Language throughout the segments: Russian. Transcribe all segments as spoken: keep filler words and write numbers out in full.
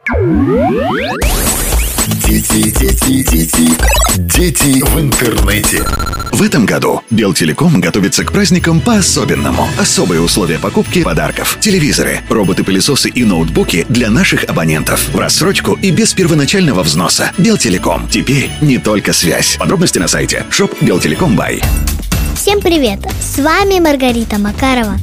Дети, дети, дети, дети в интернете. В этом году Белтелеком готовится к праздникам по-особенному. Особые условия покупки подарков: телевизоры, роботы-пылесосы и ноутбуки для наших абонентов в рассрочку и без первоначального взноса. Белтелеком. Теперь не только связь. Подробности на сайте шоп Белтелеком бай. Всем привет! С вами Маргарита Макарова.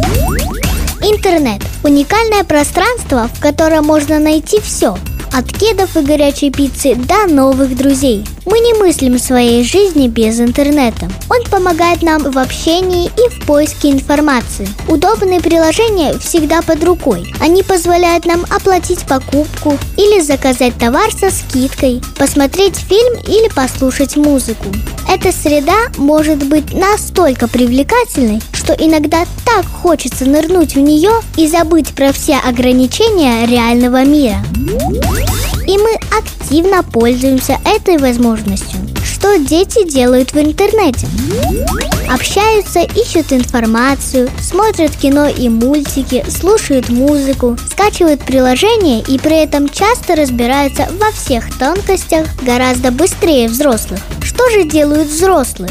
Интернет – уникальное пространство, в котором можно найти все. От кедов и горячей пиццы до новых друзей. Мы не мыслим своей жизни без интернета. Он помогает нам в общении и в поиске информации. Удобные приложения всегда под рукой. Они позволяют нам оплатить покупку или заказать товар со скидкой, посмотреть фильм или послушать музыку. Эта среда может быть настолько привлекательной, что иногда так хочется нырнуть в нее и забыть про все ограничения реального мира. И мы активно пользуемся этой возможностью. Что дети делают в интернете? Общаются, ищут информацию, смотрят кино и мультики, слушают музыку, скачивают приложения и при этом часто разбираются во всех тонкостях гораздо быстрее взрослых. Что же делают взрослые?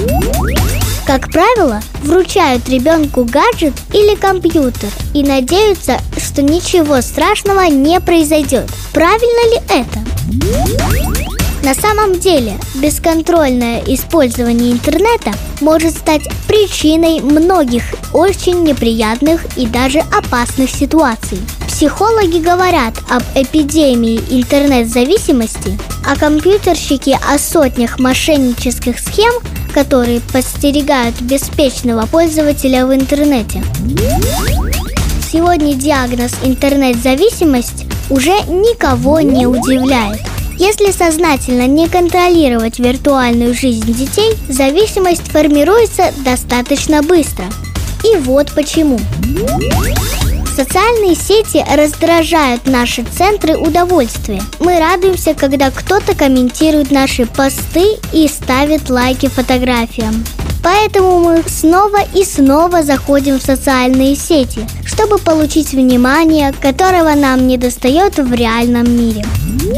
Как правило, вручают ребенку гаджет или компьютер и надеются, что ничего страшного не произойдет. Правильно ли это? На самом деле, бесконтрольное использование интернета может стать причиной многих очень неприятных и даже опасных ситуаций. Психологи говорят об эпидемии интернет-зависимости, а компьютерщики о сотнях мошеннических схем, которые подстерегают беспечного пользователя в интернете. Сегодня диагноз интернет-зависимость уже никого не удивляет. Если сознательно не контролировать виртуальную жизнь детей, зависимость формируется достаточно быстро. И вот почему. Социальные сети раздражают наши центры удовольствия. Мы радуемся, когда кто-то комментирует наши посты и ставит лайки фотографиям. Поэтому мы снова и снова заходим в социальные сети, чтобы получить внимание, которого нам недостает в реальном мире.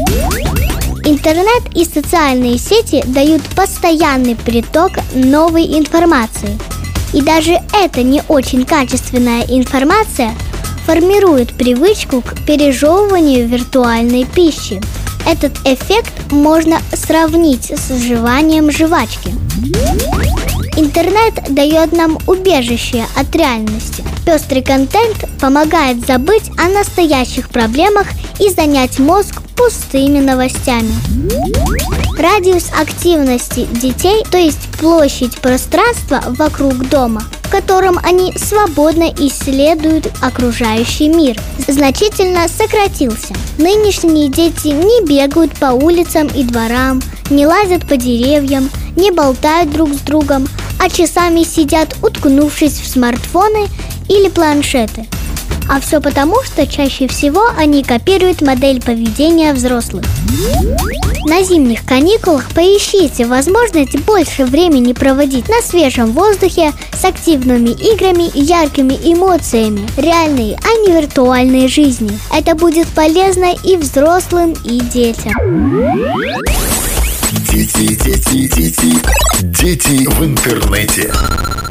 Интернет и социальные сети дают постоянный приток новой информации. И даже эта не очень качественная информация формирует привычку к пережевыванию виртуальной пищи. Этот эффект можно сравнить с жеванием жвачки. Интернет дает нам убежище от реальности. Пестрый контент помогает забыть о настоящих проблемах и занять мозг пустыми новостями. Радиус активности детей, то есть площадь пространства вокруг дома, в котором они свободно исследуют окружающий мир, значительно сократился. Нынешние дети не бегают по улицам и дворам, не лазят по деревьям, не болтают друг с другом, а часами сидят, уткнувшись в смартфоны или планшеты. А все потому, что чаще всего они копируют модель поведения взрослых. На зимних каникулах поищите возможность больше времени проводить на свежем воздухе с активными играми и яркими эмоциями, реальной, а не виртуальной жизни. Это будет полезно и взрослым, и детям. Дети, дети, дети, дети в интернете.